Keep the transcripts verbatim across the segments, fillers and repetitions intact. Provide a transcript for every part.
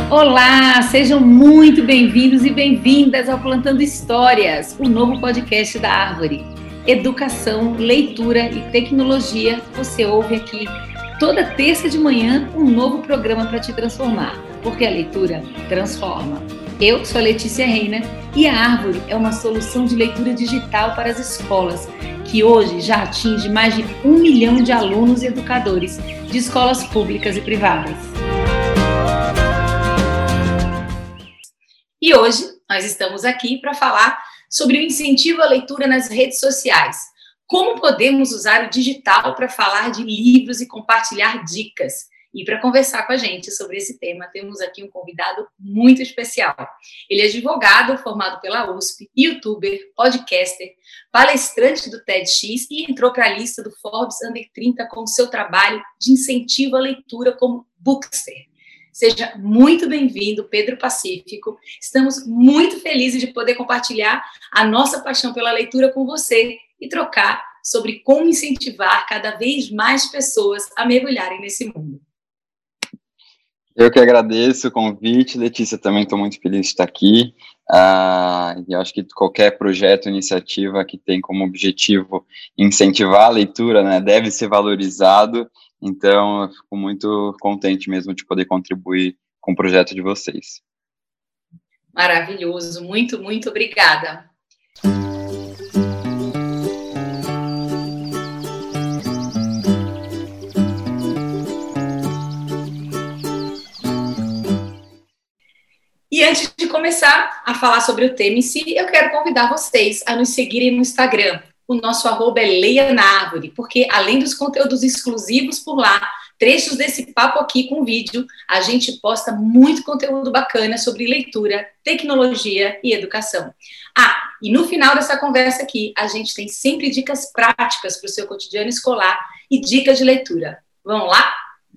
Olá, sejam muito bem-vindos e bem-vindas ao Plantando Histórias, o novo podcast da Árvore. Educação, leitura e tecnologia, você ouve aqui toda terça de manhã um novo programa para te transformar, porque a leitura transforma. Eu sou a Letícia Reina e a Árvore é uma solução de leitura digital para as escolas, que hoje já atinge mais de um milhão de alunos e educadores de escolas públicas e privadas. E hoje nós estamos aqui para falar sobre o incentivo à leitura nas redes sociais. Como podemos usar o digital para falar de livros e compartilhar dicas? E para conversar com a gente sobre esse tema, temos aqui um convidado muito especial. Ele é advogado, formado pela U S P, youtuber, podcaster, palestrante do TEDx e entrou para a lista do Forbes Under trinta com seu trabalho de incentivo à leitura como Bookster. Seja muito bem-vindo, Pedro Pacífico. Estamos muito felizes de poder compartilhar a nossa paixão pela leitura com você e trocar sobre como incentivar cada vez mais pessoas a mergulharem nesse mundo. Eu que agradeço o convite, Letícia, também estou muito feliz de estar aqui. Uh, e acho que qualquer projeto, iniciativa que tem como objetivo incentivar a leitura, né, deve ser valorizado. Então, eu fico muito contente mesmo de poder contribuir com o projeto de vocês. Maravilhoso, muito, muito obrigada. E antes de começar a falar sobre o tema em si, eu quero convidar vocês a nos seguirem no Instagram. O nosso arroba é Leia na Árvore, porque além dos conteúdos exclusivos por lá, trechos desse papo aqui com vídeo, a gente posta muito conteúdo bacana sobre leitura, tecnologia e educação. Ah, e no final dessa conversa aqui, a gente tem sempre dicas práticas para o seu cotidiano escolar e dicas de leitura. Vamos lá?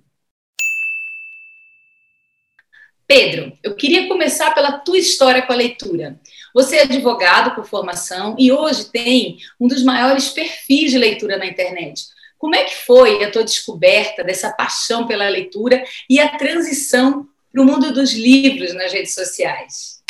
Pedro, eu queria começar pela tua história com a leitura. Você é advogado por formação e hoje tem um dos maiores perfis de leitura na internet. Como é que foi a tua descoberta dessa paixão pela leitura e a transição para o mundo dos livros nas redes sociais?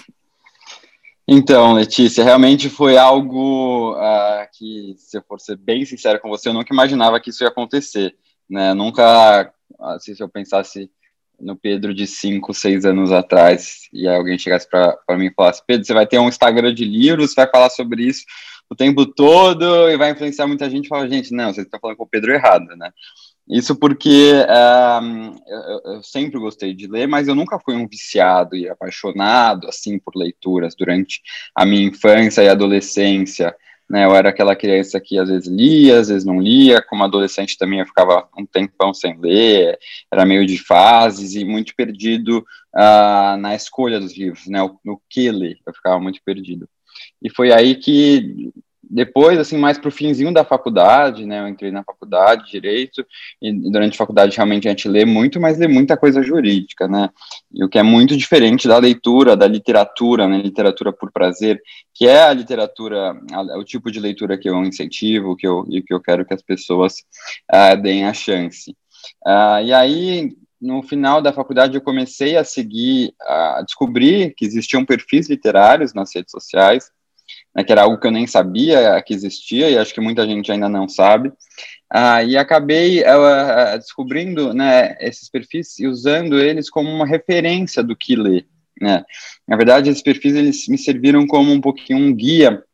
Então, Letícia, realmente foi algo uh, que, se eu for ser bem sincero com você, eu nunca imaginava que isso ia acontecer, né? Nunca, assim, se eu pensasse no Pedro de cinco, seis anos atrás, e alguém chegasse para mim e falasse: Pedro, você vai ter um Instagram de livros, vai falar sobre isso o tempo todo e vai influenciar muita gente. Fala, gente, não, você está falando com o Pedro errado, né? Isso porque um, eu, eu sempre gostei de ler, mas eu nunca fui um viciado e apaixonado, assim, por leituras durante a minha infância e adolescência. Né, eu era aquela criança que às vezes lia, às vezes não lia, como adolescente também eu ficava um tempão sem ler, era meio de fases e muito perdido uh, na escolha dos livros, né, no que ler, eu ficava muito perdido. E foi aí que, depois, assim, mais pro finzinho da faculdade, né, eu entrei na faculdade de Direito, e durante a faculdade realmente a gente lê muito, mas lê muita coisa jurídica, né, e o que é muito diferente da leitura, da literatura, né, literatura por prazer, que é a literatura, a, o tipo de leitura que eu incentivo, que eu, e que eu quero que as pessoas uh, deem a chance. Uh, e aí, no final da faculdade, eu comecei a seguir, a descobrir que existiam perfis literários nas redes sociais, né, que era algo que eu nem sabia que existia, e acho que muita gente ainda não sabe, ah, e acabei uh, descobrindo, né, esses perfis e usando eles como uma referência do que ler, né. Na verdade, esses perfis eles me serviram como um pouquinho um guia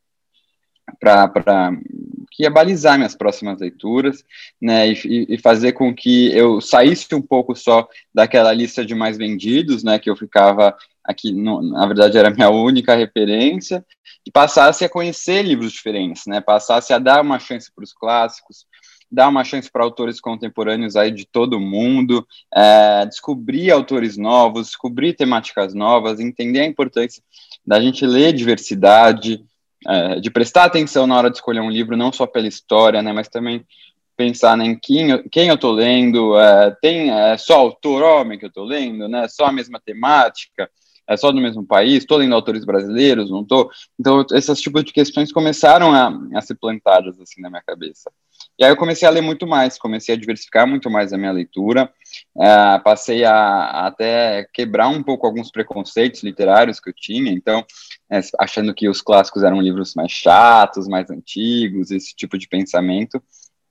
para que ia balizar minhas próximas leituras, né, e, e fazer com que eu saísse um pouco só daquela lista de mais vendidos, né, que eu ficava aqui, no, na verdade era a minha única referência, e passasse a conhecer livros diferentes, né, passasse a dar uma chance para os clássicos, dar uma chance para autores contemporâneos aí de todo mundo, é, descobrir autores novos, descobrir temáticas novas, entender a importância da gente ler diversidade, é, de prestar atenção na hora de escolher um livro, não só pela história, né, mas também pensar, né, em quem eu, quem eu tô lendo, é, tem é, só autor homem que eu tô lendo, né, só a mesma temática, É só do mesmo país? Estou lendo autores brasileiros? Não estou? Então, esses tipos de questões começaram a, a ser plantadas assim na minha cabeça. E aí eu comecei a ler muito mais, comecei a diversificar muito mais a minha leitura, uh, passei a, a até quebrar um pouco alguns preconceitos literários que eu tinha, então, é, achando que os clássicos eram livros mais chatos, mais antigos, esse tipo de pensamento,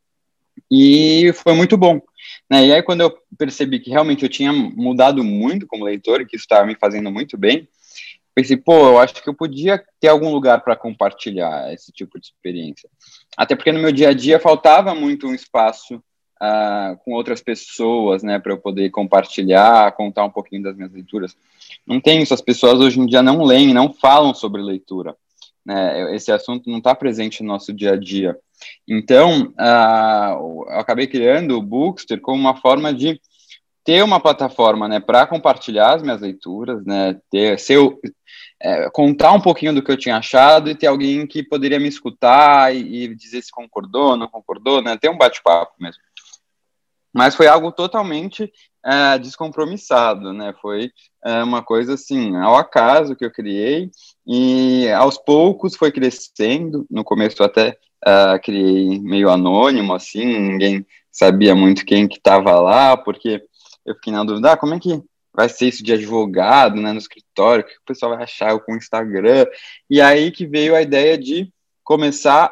e foi muito bom, né? E aí quando eu percebi que realmente eu tinha mudado muito como leitor, e que isso estava me fazendo muito bem, pensei, pô, eu acho que eu podia ter algum lugar para compartilhar esse tipo de experiência. Até porque no meu dia a dia faltava muito um espaço uh, com outras pessoas, né, para eu poder compartilhar, contar um pouquinho das minhas leituras. Não tem isso, as pessoas hoje em dia não leem, não falam sobre leitura, né, esse assunto não está presente no nosso dia a dia. Então, uh, eu acabei criando o Bookster como uma forma de ter uma plataforma, né, para compartilhar as minhas leituras, né, ter, ser, é, contar um pouquinho do que eu tinha achado e ter alguém que poderia me escutar e, e dizer se concordou, não concordou, né, ter um bate-papo mesmo. Mas foi algo totalmente é, descompromissado, né, foi é, uma coisa assim, ao acaso que eu criei e aos poucos foi crescendo. No começo eu até é, criei meio anônimo, assim, ninguém sabia muito quem que estava lá, porque eu fiquei na dúvida, ah, como é que vai ser isso de advogado, né, no escritório, o que o pessoal vai achar eu com o Instagram? E aí que veio a ideia de começar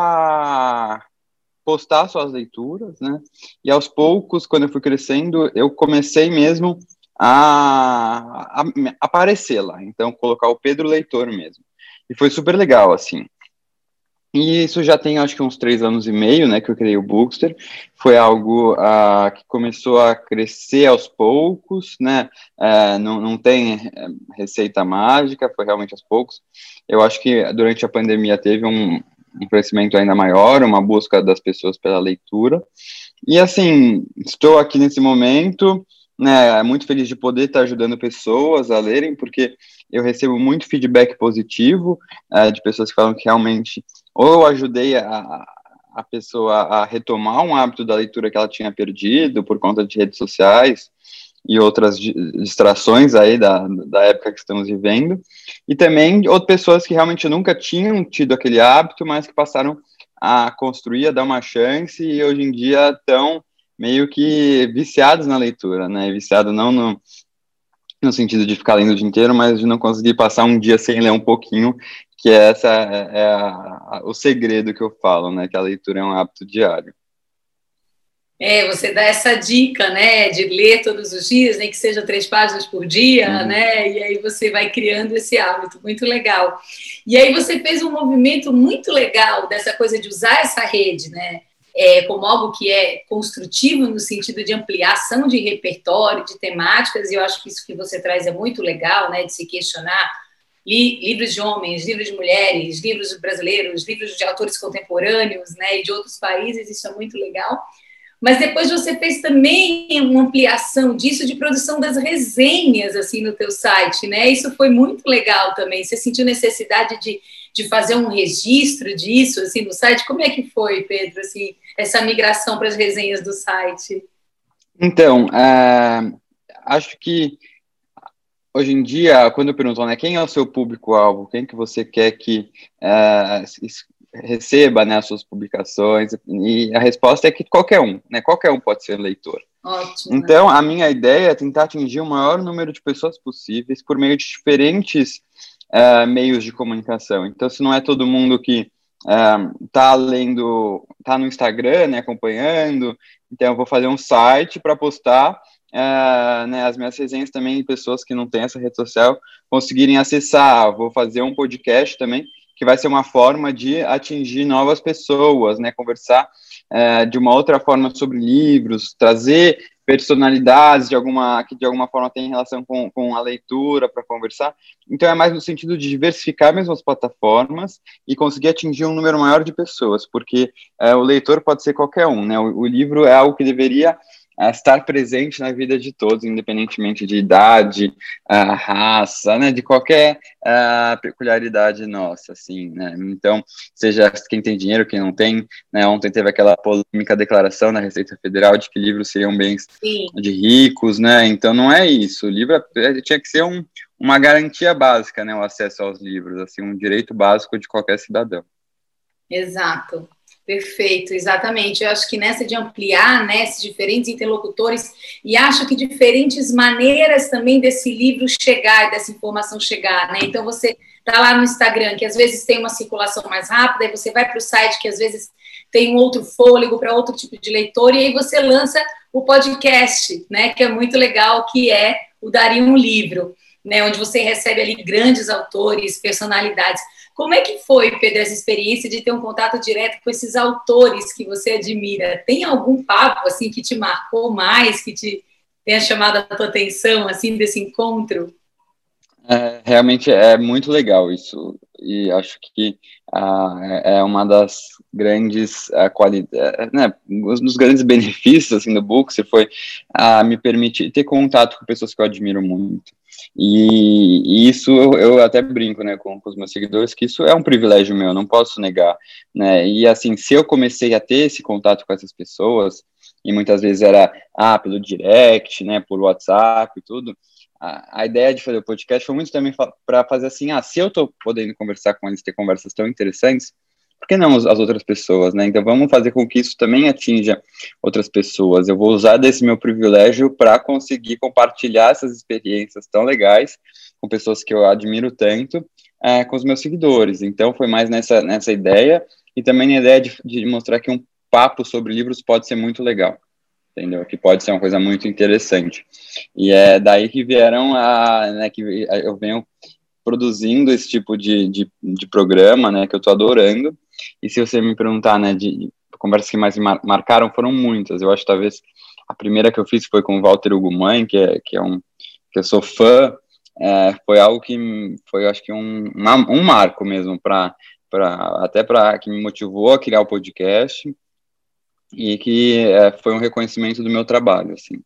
a postar suas leituras, né, e aos poucos, quando eu fui crescendo, eu comecei mesmo a, a, a aparecer lá, então colocar o Pedro Leitor mesmo, e foi super legal, assim. E isso já tem, acho que uns três anos e meio, né, que eu criei o Bookster. Foi algo uh, que começou a crescer aos poucos, né, uh, não, não tem receita mágica, foi realmente aos poucos. Eu acho que durante a pandemia teve um, um crescimento ainda maior, uma busca das pessoas pela leitura. E, assim, estou aqui nesse momento, né, muito feliz de poder estar ajudando pessoas a lerem, porque eu recebo muito feedback positivo uh, de pessoas que falam que realmente ou eu ajudei a, a pessoa a retomar um hábito da leitura que ela tinha perdido por conta de redes sociais e outras distrações aí da, da época que estamos vivendo, e também outras pessoas que realmente nunca tinham tido aquele hábito, mas que passaram a construir, a dar uma chance, e hoje em dia estão meio que viciados na leitura, né, viciado não no, no sentido de ficar lendo o dia inteiro, mas de não conseguir passar um dia sem ler um pouquinho, que essa é, é a, a, o segredo que eu falo, né, que a leitura é um hábito diário. É, você dá essa dica, né, de ler todos os dias, nem que seja três páginas por dia, uhum. né, e aí você vai criando esse hábito, muito legal. E aí você fez um movimento muito legal dessa coisa de usar essa rede, né, é, como algo que é construtivo no sentido de ampliação de repertório, de temáticas, e eu acho que isso que você traz é muito legal, né, de se questionar li, livros de homens, livros de mulheres, livros brasileiros, livros de autores contemporâneos, né, e de outros países, isso é muito legal. Mas depois você fez também uma ampliação disso de produção das resenhas assim no teu site, né? Isso foi muito legal também. Você sentiu necessidade de, de fazer um registro disso assim no site? Como é que foi, Pedro, assim, essa migração para as resenhas do site? Então, uh, acho que hoje em dia, quando eu pergunto, né, quem é o seu público-alvo, quem que você quer que uh, receba, né, as suas publicações, e a resposta é que qualquer um, né, qualquer um pode ser leitor. Ótimo. Então, a minha ideia é tentar atingir o maior número de pessoas possíveis por meio de diferentes uh, meios de comunicação. Então, se não é todo mundo que está uh, lendo, está no Instagram, né, acompanhando, então eu vou fazer um site para postar Uh, né, as minhas resenhas também, pessoas que não têm essa rede social conseguirem acessar. Vou fazer um podcast também, que vai ser uma forma de atingir novas pessoas, né, conversar uh, de uma outra forma sobre livros, trazer personalidades de alguma, que de alguma forma têm relação com, com a leitura para conversar. Então é mais no sentido de diversificar mesmo as plataformas e conseguir atingir um número maior de pessoas, porque uh, o leitor pode ser qualquer um, né, o, o livro é algo que deveria a estar presente na vida de todos, independentemente de idade, uh, raça, né, de qualquer uh, peculiaridade nossa, assim, né, então, seja quem tem dinheiro, quem não tem, né, ontem teve aquela polêmica declaração na Receita Federal de que livros seriam bens Sim. de ricos, né, então não é isso, o livro é, tinha que ser um, uma garantia básica, né, o acesso aos livros, assim, um direito básico de qualquer cidadão. Exato, perfeito, exatamente. Eu acho que nessa de ampliar, né, esses diferentes interlocutores, e acho que diferentes maneiras também desse livro chegar, dessa informação chegar, né? Então você tá lá no Instagram, que às vezes tem uma circulação mais rápida, aí você vai para o site, que às vezes tem um outro fôlego para outro tipo de leitor, e aí você lança o podcast, né, que é muito legal, que é o Daria um Livro, né, onde você recebe ali grandes autores, personalidades. Como é que foi, Pedro, essa experiência de ter um contato direto com esses autores que você admira? Tem algum papo, assim, que te marcou mais, que te tenha chamado a tua atenção, assim, desse encontro? É, realmente é muito legal isso, e acho que ah, é uma das grandes ah, qualidades, né, um dos grandes benefícios, assim, do Booksy foi ah, me permitir ter contato com pessoas que eu admiro muito, e, e isso eu, eu até brinco, né, com, com os meus seguidores, que isso é um privilégio meu, não posso negar, né, e assim, se eu comecei a ter esse contato com essas pessoas, e muitas vezes era, ah, pelo direct, né, por WhatsApp e tudo, a, a ideia de fazer o podcast foi muito também fa para fazer assim, ah, se eu tô podendo conversar com eles, ter conversas tão interessantes, por que não as, as outras pessoas, né? Então vamos fazer com que isso também atinja outras pessoas. Eu vou usar desse meu privilégio para conseguir compartilhar essas experiências tão legais com pessoas que eu admiro tanto, é, com os meus seguidores. Então foi mais nessa, nessa ideia, e também a ideia de, de mostrar que um papo sobre livros pode ser muito legal, entendeu? Que pode ser uma coisa muito interessante. E é daí que vieram a, né, que eu venho produzindo esse tipo de, de, de programa, né, que eu tô adorando. E se você me perguntar, né, de, de conversas que mais me mar marcaram, foram muitas. Eu acho que talvez a primeira que eu fiz foi com o Walter Ugumãe, que é, que é um, que eu sou fã, é, foi algo que foi, acho que um, uma, um marco mesmo, para até para que me motivou a criar o podcast, e que é, foi um reconhecimento do meu trabalho, assim.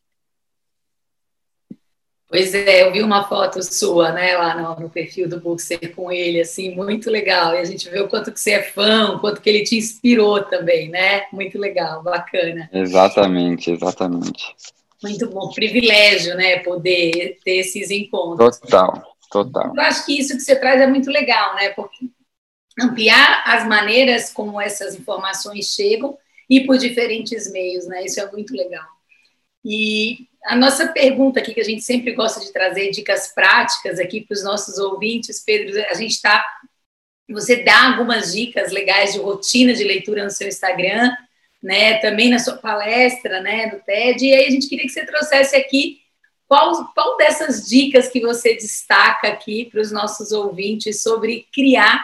Pois é, eu vi uma foto sua, né, lá no, no perfil do Bookser com ele, assim, muito legal. E a gente vê o quanto que você é fã, o quanto que ele te inspirou também, né? Muito legal, bacana. Exatamente, exatamente. Muito bom, privilégio, né, poder ter esses encontros. Total, total. Eu acho que isso que você traz é muito legal, né, porque ampliar as maneiras como essas informações chegam e por diferentes meios, né, isso é muito legal. E a nossa pergunta aqui, que a gente sempre gosta de trazer dicas práticas aqui para os nossos ouvintes, Pedro, a gente está... Você dá algumas dicas legais de rotina de leitura no seu Instagram, né, também na sua palestra, né, no TED, e aí a gente queria que você trouxesse aqui qual, qual dessas dicas que você destaca aqui para os nossos ouvintes sobre criar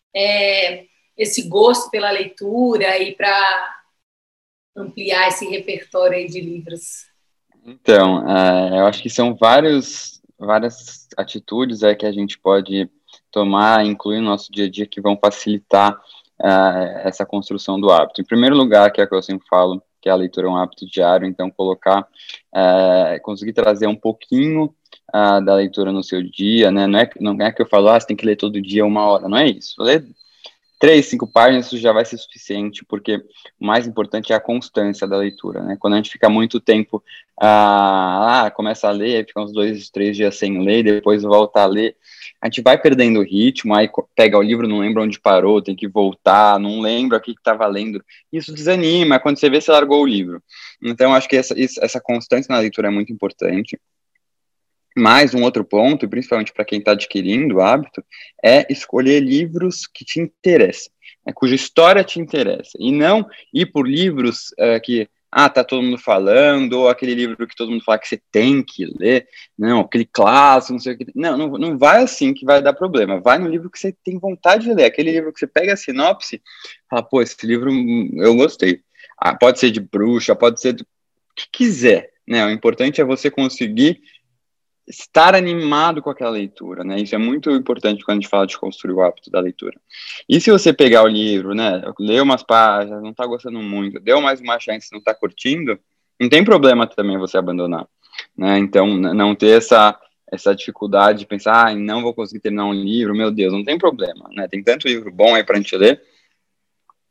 é, esse gosto pela leitura e para ampliar esse repertório aí de livros. Então, uh, eu acho que são vários, várias atitudes aí que a gente pode tomar, incluir no nosso dia a dia, que vão facilitar uh, essa construção do hábito. Em primeiro lugar, que é o que eu sempre falo, que a leitura é um hábito diário, então colocar, uh, conseguir trazer um pouquinho uh, da leitura no seu dia, né? Não é, não é que eu falo, ah, você tem que ler todo dia uma hora, não é isso. Ler três, cinco páginas, isso já vai ser suficiente, porque o mais importante é a constância da leitura, né? Quando a gente fica muito tempo, ah, ah começa a ler, fica uns dois, três dias sem ler, depois volta a ler, a gente vai perdendo o ritmo, aí pega o livro, não lembra onde parou, tem que voltar, não lembra o que estava lendo, isso desanima, quando você vê, você largou o livro. Então, acho que essa, essa constância na leitura é muito importante. Mais um outro ponto, principalmente para quem está adquirindo o hábito, é escolher livros que te interessam, né, cuja história te interessa, e não ir por livros uh, que, ah, tá todo mundo falando, ou aquele livro que todo mundo fala que você tem que ler, não, aquele clássico, não sei o que, não, não, não vai assim que vai dar problema, vai no livro que você tem vontade de ler, aquele livro que você pega a sinopse, fala, pô, esse livro eu gostei, ah, pode ser de bruxa, pode ser do que quiser, né, o importante é você conseguir estar animado com aquela leitura, né, isso é muito importante quando a gente fala de construir o hábito da leitura. E se você pegar o livro, né, ler umas páginas, não tá gostando muito, deu mais uma chance, não tá curtindo, não tem problema também você abandonar, né, então não ter essa, essa dificuldade de pensar, ah, não vou conseguir terminar um livro, meu Deus, não tem problema, né, tem tanto livro bom aí pra gente ler,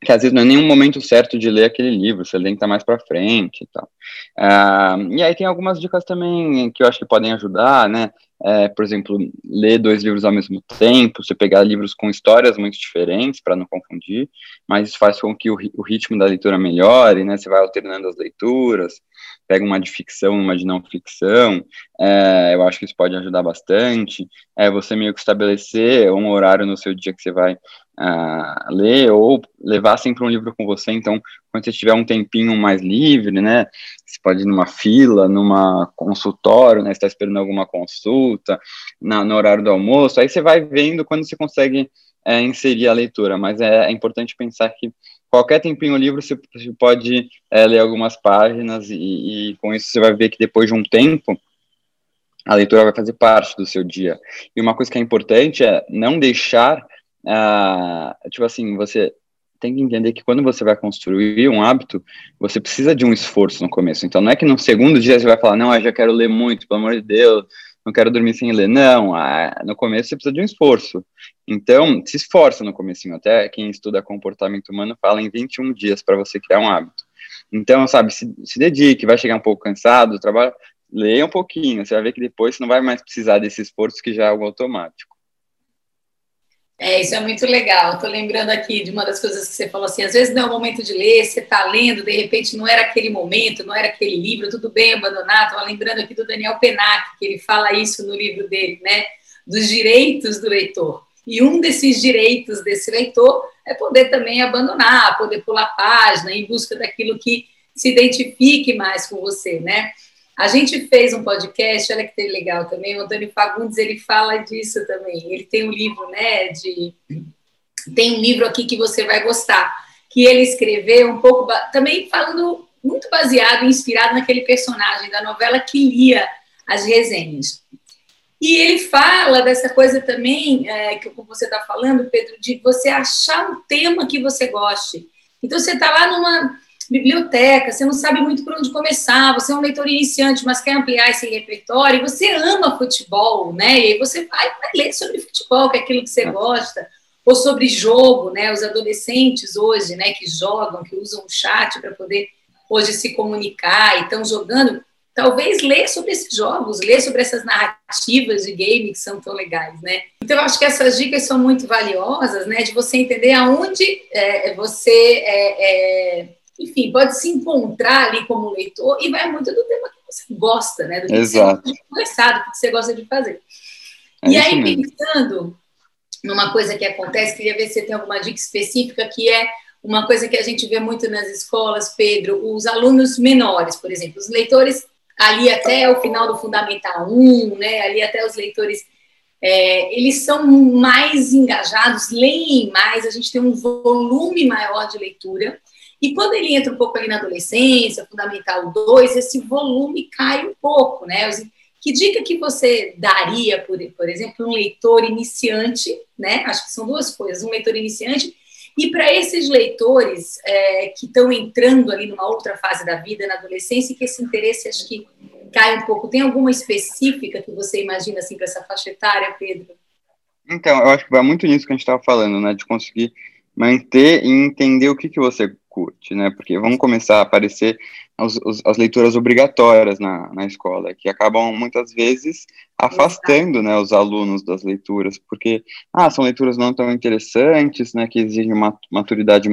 que às vezes não é nenhum momento certo de ler aquele livro, você tem que estar mais para frente e tal. Ah, e aí tem algumas dicas também que eu acho que podem ajudar, né? É, por exemplo, ler dois livros ao mesmo tempo, você pegar livros com histórias muito diferentes para não confundir, mas isso faz com que o, o ritmo da leitura melhore, né? Você vai alternando as leituras, pega uma de ficção, uma de não ficção, é, eu acho que isso pode ajudar bastante. É você meio que estabelecer um horário no seu dia que você vai uh, ler, ou levar sempre um livro com você, então quando você tiver um tempinho mais livre, né, você pode ir numa fila, numa consultório, né, você está esperando alguma consulta, na, no horário do almoço, aí você vai vendo quando você consegue é, inserir a leitura, mas é, é importante pensar que qualquer tempinho livre você, você pode é, ler algumas páginas, e, e com isso você vai ver que depois de um tempo, a leitura vai fazer parte do seu dia. E uma coisa que é importante é não deixar, uh, tipo assim, você tem que entender que quando você vai construir um hábito, você precisa de um esforço no começo. Então, não é que no segundo dia você vai falar, não, eu já quero ler muito, pelo amor de Deus, não quero dormir sem ler. Não, uh, no começo você precisa de um esforço. Então, se esforça no comecinho. Até quem estuda comportamento humano fala em vinte e um dias para você criar um hábito. Então, sabe, se, se dedique, vai chegar um pouco cansado do trabalho, leia um pouquinho, você vai ver que depois você não vai mais precisar desse esforço, que já é algo automático. É, isso é muito legal. Estou lembrando aqui de uma das coisas que você falou assim, às vezes não é o momento de ler, você está lendo, de repente não era aquele momento, não era aquele livro, tudo bem abandonar. Estava lembrando aqui do Daniel Penac, que ele fala isso no livro dele, né? Dos direitos do leitor. E um desses direitos desse leitor é poder também abandonar, poder pular página, em busca daquilo que se identifique mais com você, né? A gente fez um podcast, olha que legal também, o Antônio Fagundes, ele fala disso também, ele tem um livro, né, de... tem um livro aqui que você vai gostar, que ele escreveu um pouco, também falando, muito baseado, inspirado naquele personagem da novela que lia as resenhas. E ele fala dessa coisa também, é, que como você está falando, Pedro, de você achar um tema que você goste. Então, você está lá numa biblioteca, você não sabe muito por onde começar, você é um leitor iniciante, mas quer ampliar esse repertório, e você ama futebol, né? E aí você vai, vai ler sobre futebol, que é aquilo que você gosta, ou sobre jogo, né? Os adolescentes hoje, né, que jogam, que usam o chat para poder hoje se comunicar e estão jogando, talvez ler sobre esses jogos, ler sobre essas narrativas de game que são tão legais, né? Então, eu acho que essas dicas são muito valiosas, né? De você entender aonde é, você é, é, enfim, pode se encontrar ali como leitor, e vai muito do tema que você gosta, né? Do que Exato. você gosta de conversar, do que você gosta de fazer. É e aí, mesmo. Pensando numa coisa que acontece, queria ver se você tem alguma dica específica, que é uma coisa que a gente vê muito nas escolas, Pedro, os alunos menores, por exemplo, os leitores ali até o final do Fundamental um, né? Ali até os leitores... É, eles são mais engajados, leem mais, a gente tem um volume maior de leitura. E quando ele entra um pouco ali na adolescência, Fundamental dois, esse volume cai um pouco, né? Que dica que você daria, por, por exemplo, um leitor iniciante, né? Acho que são duas coisas, um leitor iniciante, e para esses leitores é, que estão entrando ali numa outra fase da vida, na adolescência, e que esse interesse, acho que cai um pouco. Tem alguma específica que você imagina, assim, para essa faixa etária, Pedro? Então, eu acho que vai muito nisso que a gente estava falando, né? De conseguir manter e entender o que, que você curte, né? Porque vão começar a aparecer as, as leituras obrigatórias na, na escola, que acabam, muitas vezes, afastando, né, os alunos das leituras, porque, ah, são leituras não tão interessantes, né? Que exigem uma maturidade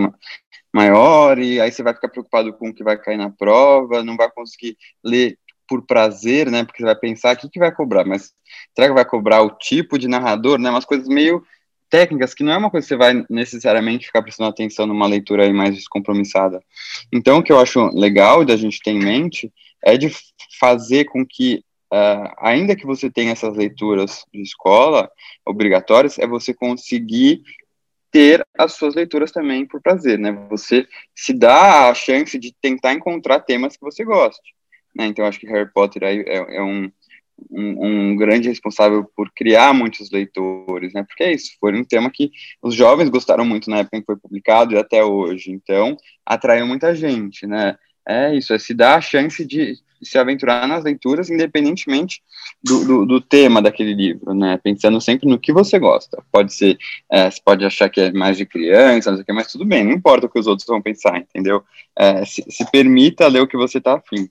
maior, e aí você vai ficar preocupado com o que vai cair na prova, não vai conseguir ler por prazer, né, porque você vai pensar, o que, que vai cobrar, mas será que vai cobrar o tipo de narrador, né, umas coisas meio técnicas, que não é uma coisa que você vai necessariamente ficar prestando atenção numa leitura aí mais descompromissada. Então, o que eu acho legal da gente ter em mente é de fazer com que, uh, ainda que você tenha essas leituras de escola obrigatórias, é você conseguir ter as suas leituras também por prazer, né, você se dá a chance de tentar encontrar temas que você goste. Né, então, acho que Harry Potter é, é, é um, um, um grande responsável por criar muitos leitores, né, porque é isso, foi um tema que os jovens gostaram muito na época em que foi publicado e até hoje, então, atraiu muita gente, né, é isso, é se dar a chance de, se aventurar nas leituras, independentemente do, do, do tema daquele livro, né, pensando sempre no que você gosta. Pode ser, é, você pode achar que é mais de criança, não sei o que, mas tudo bem, não importa o que os outros vão pensar, entendeu? É, se, se permita ler o que você está afim.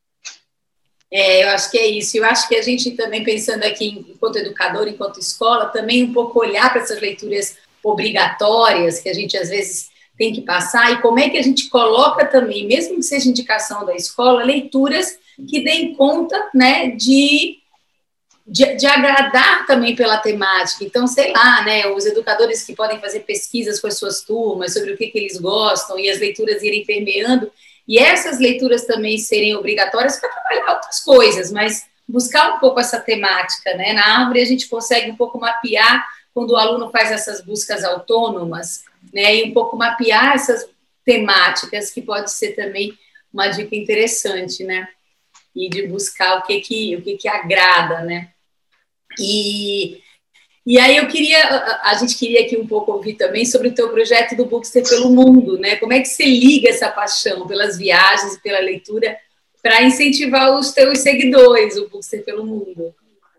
É, eu acho que é isso. Eu acho que a gente também, pensando aqui enquanto educador, enquanto escola, também um pouco olhar para essas leituras obrigatórias que a gente às vezes tem que passar e como é que a gente coloca também, mesmo que seja indicação da escola, leituras que deem conta, né, de, de, de agradar também pela temática. Então, sei lá, né, os educadores que podem fazer pesquisas com as suas turmas sobre o que, que eles gostam e as leituras irem permeando. E essas leituras também serem obrigatórias para trabalhar outras coisas, mas buscar um pouco essa temática, né? Na Árvore a gente consegue um pouco mapear quando o aluno faz essas buscas autônomas, né? E um pouco mapear essas temáticas, que pode ser também uma dica interessante, né? E de buscar o que que, o que, que agrada, né? E... E aí eu queria, a gente queria aqui um pouco ouvir também sobre o teu projeto do Bookster pelo Mundo, né? Como é que você liga essa paixão pelas viagens e pela leitura para incentivar os teus seguidores, o Bookster pelo Mundo?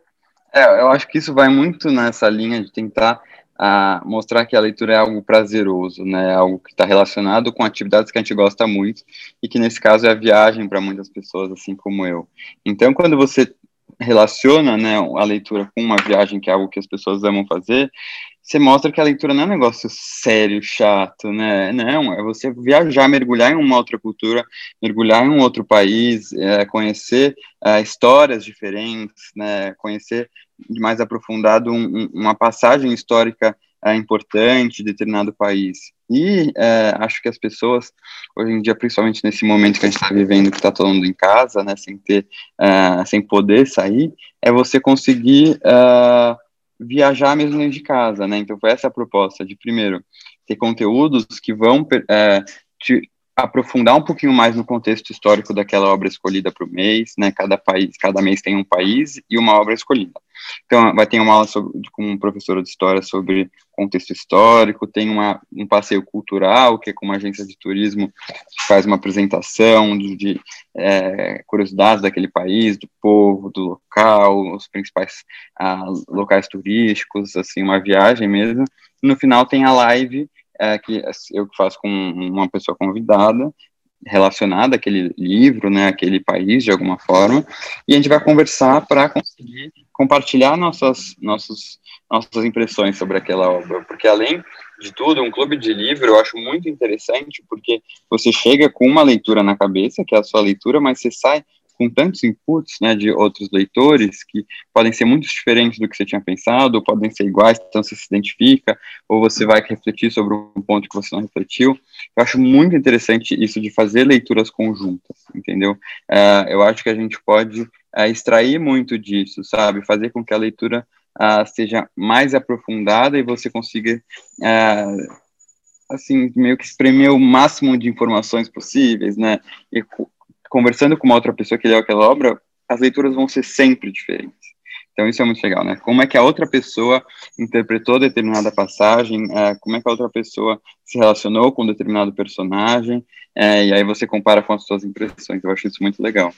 É, eu acho que isso vai muito nessa linha de tentar uh, mostrar que a leitura é algo prazeroso, né? Algo que está relacionado com atividades que a gente gosta muito e que nesse caso é a viagem para muitas pessoas, assim como eu. Então, quando você relaciona, né, a leitura com uma viagem, que é algo que as pessoas amam fazer, você mostra que a leitura não é um negócio sério, chato, né? Não, é você viajar, mergulhar em uma outra cultura, mergulhar em um outro país, é, conhecer é, histórias diferentes, né? Conhecer de mais aprofundado um, um, uma passagem histórica é, importante de determinado país. E é, acho que as pessoas, hoje em dia, principalmente nesse momento que a gente está vivendo, que está todo mundo em casa, né, sem ter, uh, sem poder sair, é você conseguir uh, viajar mesmo dentro de casa, né? Então foi essa a proposta, de primeiro ter conteúdos que vão uh, te aprofundar um pouquinho mais no contexto histórico daquela obra escolhida para o mês, né? Cada país, cada mês tem um país e uma obra escolhida. Então, vai ter uma aula sobre, com um professor de história sobre contexto histórico, tem uma, um passeio cultural, que é com uma agência de turismo que faz uma apresentação de, de é, curiosidades daquele país, do povo, do local, os principais ah, locais turísticos, assim, uma viagem mesmo. E no final tem a live, é, que eu faço com uma pessoa convidada, relacionada àquele livro, né, àquele país, de alguma forma, e a gente vai conversar para conseguir compartilhar nossas, nossos, nossas impressões sobre aquela obra, porque além de tudo, um clube de livro eu acho muito interessante, porque você chega com uma leitura na cabeça, que é a sua leitura, mas você sai com tantos inputs, né, de outros leitores, que podem ser muito diferentes do que você tinha pensado, ou podem ser iguais, então você se identifica, ou você vai refletir sobre um ponto que você não refletiu. Eu acho muito interessante isso de fazer leituras conjuntas, entendeu? Uh, eu acho que a gente pode uh, extrair muito disso, sabe? Fazer com que a leitura uh, seja mais aprofundada e você consiga, uh, assim, meio que espremer o máximo de informações possíveis, né? E conversando com uma outra pessoa que leu aquela obra, as leituras vão ser sempre diferentes. Então, isso é muito legal, né? Como é que a outra pessoa interpretou determinada passagem, é, como é que a outra pessoa se relacionou com determinado personagem, é, e aí você compara com as suas impressões. Eu acho isso muito legal.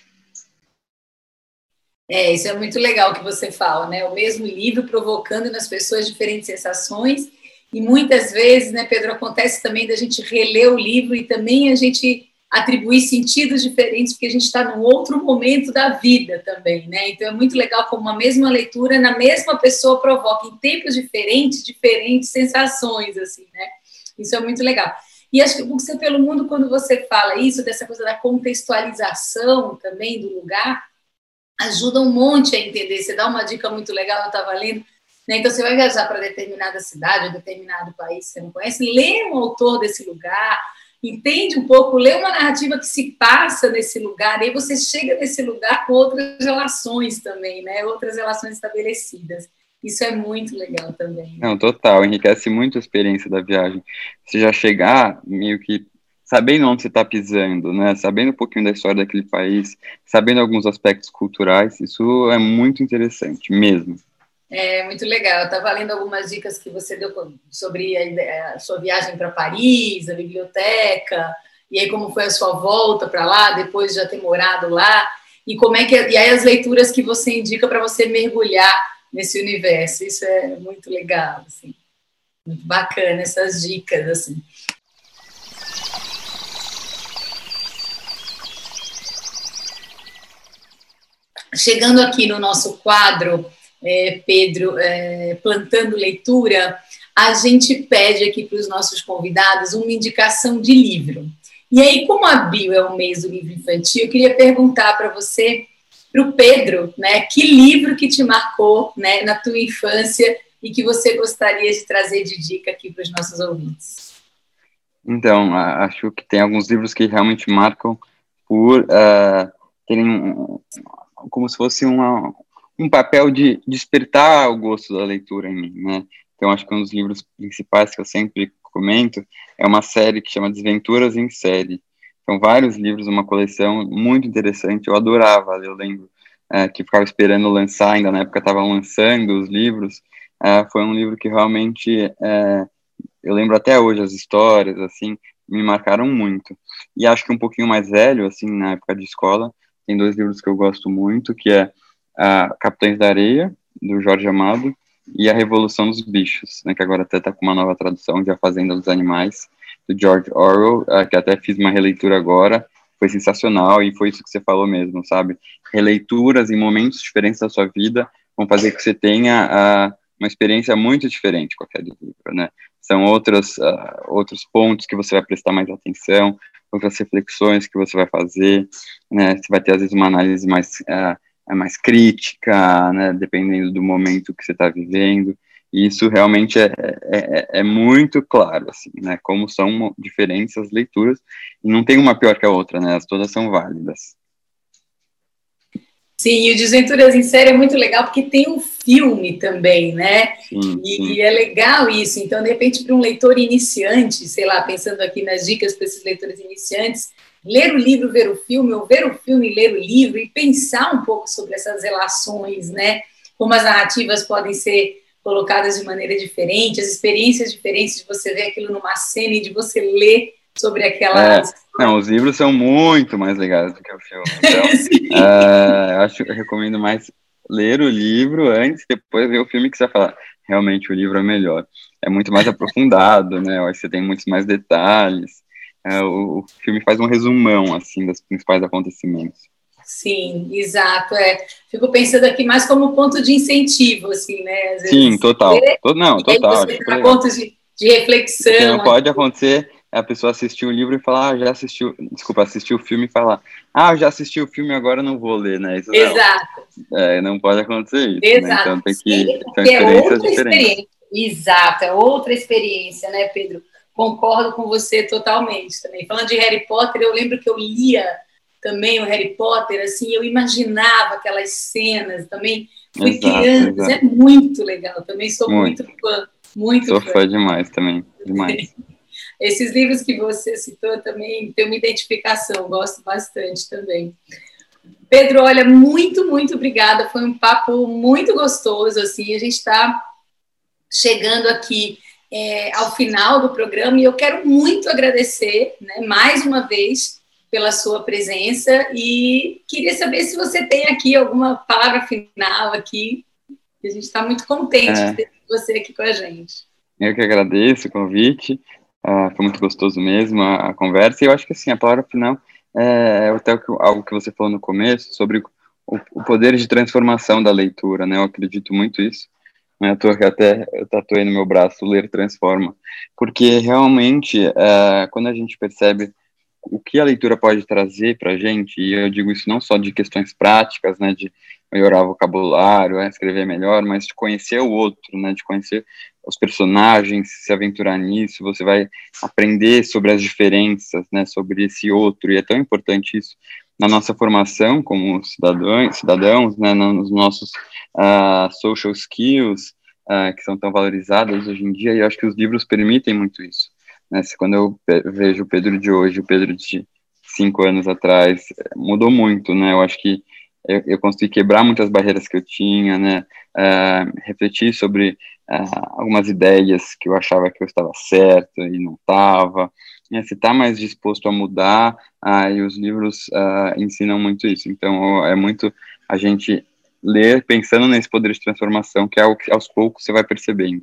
É, isso é muito legal que você fala, né? O mesmo livro provocando nas pessoas diferentes sensações, e muitas vezes, né, Pedro, acontece também da gente reler o livro e também a gente atribuir sentidos diferentes, porque a gente está num outro momento da vida também, né? Então é muito legal como uma mesma leitura na mesma pessoa provoca em tempos diferentes, diferentes sensações, assim, né? Isso é muito legal. E acho que o Bookster pelo Mundo, quando você fala isso, dessa coisa da contextualização também do lugar, ajuda um monte a entender. Você dá uma dica muito legal, eu estava lendo, né? Então você vai viajar para determinada cidade ou determinado país que você não conhece, lê um autor desse lugar, entende um pouco, lê uma narrativa que se passa nesse lugar, e aí você chega nesse lugar com outras relações também, né? Outras relações estabelecidas. Isso é muito legal também. Não, total, enriquece muito a experiência da viagem. Você já chegar meio que sabendo onde você está pisando, né? Sabendo um pouquinho da história daquele país, sabendo alguns aspectos culturais, isso é muito interessante, mesmo. É muito legal. Eu estava lendo algumas dicas que você deu sobre a, a sua viagem para Paris, a biblioteca, e aí como foi a sua volta para lá, depois de já ter morado lá. e como é que e aí as leituras que você indica para você mergulhar nesse universo. Isso é muito legal, assim. Muito bacana essas dicas, assim. Chegando aqui no nosso quadro, é, Pedro, é, Plantando Leitura, a gente pede aqui para os nossos convidados uma indicação de livro. E aí, como abril é o mês do livro infantil, eu queria perguntar para você, para o Pedro, né, que livro que te marcou, né, na tua infância e que você gostaria de trazer de dica aqui para os nossos ouvintes? Então, acho que tem alguns livros que realmente marcam por uh, terem um, como se fosse uma, um papel de despertar o gosto da leitura em mim, né? Então, acho que um dos livros principais que eu sempre comento é uma série que chama Desventuras em Série. São vários livros, uma coleção muito interessante, eu adorava, eu lembro uh, que ficava esperando lançar, ainda na época estavam lançando os livros, uh, foi um livro que realmente... Uh, eu lembro até hoje as histórias, assim, me marcaram muito. E acho que um pouquinho mais velho, assim, na época de escola, tem dois livros que eu gosto muito, que é a Capitães da Areia, do Jorge Amado, e A Revolução dos Bichos, né, que agora até está com uma nova tradução de A Fazenda dos Animais, do George Orwell, uh, que até fiz uma releitura agora, foi sensacional, e foi isso que você falou mesmo, sabe? Releituras em momentos diferentes da sua vida vão fazer que você tenha uh, uma experiência muito diferente com aquele livro, né? São outros, uh, outros pontos que você vai prestar mais atenção, outras reflexões que você vai fazer, né? Você vai ter, às vezes, uma análise mais, uh, mais crítica, né? Dependendo do momento que você está vivendo, e isso realmente é, é, é muito claro, assim, né? Como são diferentes as leituras, e não tem uma pior que a outra, né? As todas são válidas. Sim, e o Desventuras em Série é muito legal porque tem um filme também, né? Sim, e, sim. e é legal isso. Então, de repente, para um leitor iniciante, sei lá, pensando aqui nas dicas para esses leitores iniciantes, ler o livro, ver o filme, ou ver o filme e ler o livro, e pensar um pouco sobre essas relações, né? Como as narrativas podem ser colocadas de maneira diferente, as experiências diferentes de você ver aquilo numa cena e de você ler sobre aquela... É, não, os livros são muito mais legais do que o filme, então uh, eu acho que eu recomendo mais ler o livro antes, depois ver o filme, que você vai falar, realmente o livro é melhor, é muito mais aprofundado, né, eu acho que você tem muitos mais detalhes, uh, o, o filme faz um resumão, assim, dos principais acontecimentos. Sim, exato, é. Fico pensando aqui mais como ponto de incentivo, assim, né, às vezes, Sim, total, ler, Todo, não, e aí total, você super dá legal. pontos de, de reflexão. O que não pode acontecer é a pessoa assistir o livro e falar, ah, já assistiu, desculpa, assistiu o filme e falar, ah, eu já assisti o filme, agora não vou ler, né? Isso Exato. não, é, não pode acontecer isso, né? Exato. Então tem que, Sim, são porque é experiências outra diferentes. experiência. Exato, é outra experiência, né, Pedro? Concordo com você totalmente também. Falando de Harry Potter, eu lembro que eu lia também o Harry Potter, assim, eu imaginava aquelas cenas também, fui Exato, criando, exato. é muito legal, também sou Muito. muito fã, muito Sou fã. fã demais também, demais. Esses livros que você citou também tem uma identificação, gosto bastante também. Pedro, olha, muito, muito obrigada, foi um papo muito gostoso, assim, a gente está chegando aqui é, ao final do programa e eu quero muito agradecer, né, mais uma vez, pela sua presença e queria saber se você tem aqui alguma palavra final aqui, a gente está muito contente É, de ter você aqui com a gente. eu que agradeço o convite, uh, foi muito gostoso mesmo a, a conversa, e eu acho que assim, a palavra final é até algo que você falou no começo, sobre o, o poder de transformação da leitura, né, eu acredito muito isso, não é à toa que até eu tatuei no meu braço, ler transforma, porque realmente, uh, quando a gente percebe o que a leitura pode trazer para a gente, e eu digo isso não só de questões práticas, né, de melhorar o vocabulário, né, escrever melhor, mas de conhecer o outro, né, de conhecer os personagens, se aventurar nisso, você vai aprender sobre as diferenças, né, sobre esse outro, e é tão importante isso na nossa formação como cidadãos, cidadãos, né, nos nossos uh, social skills, uh, que são tão valorizados hoje em dia, e eu acho que os livros permitem muito isso. Né, quando eu vejo o Pedro de hoje, o Pedro de cinco anos atrás, mudou muito, né, eu acho que eu, eu consegui quebrar muitas barreiras que eu tinha, né, uh, refletir sobre uh, algumas ideias que eu achava que eu estava certo e não estava, É, se está mais disposto a mudar, ah, e os livros ah, ensinam muito isso. Então, é muito a gente ler pensando nesse poder de transformação, que é algo que aos poucos você vai percebendo.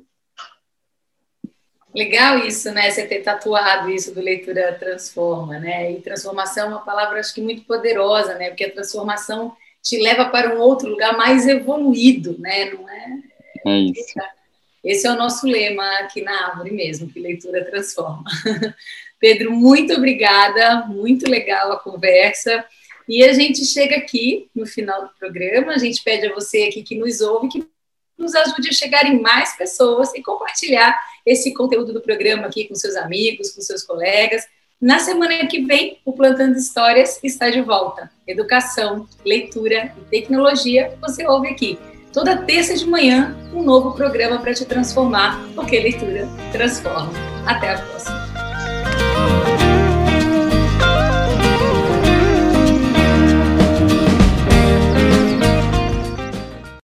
Legal isso, né? Você ter tatuado isso do Leitura Transforma, né? E transformação é uma palavra, acho que muito poderosa, né? Porque a transformação te leva para um outro lugar mais evoluído, né? Não é? É isso. Esse é o nosso lema aqui na Árvore mesmo, que Leitura Transforma. Pedro, muito obrigada, muito legal a conversa. E a gente chega aqui no final do programa, a gente pede a você aqui que nos ouve, que nos ajude a chegar em mais pessoas e compartilhar esse conteúdo do programa aqui com seus amigos, com seus colegas. Na semana que vem, o Plantando Histórias está de volta. Educação, leitura e tecnologia, você ouve aqui. Toda terça de manhã, um novo programa para te transformar, porque leitura transforma. Até a próxima.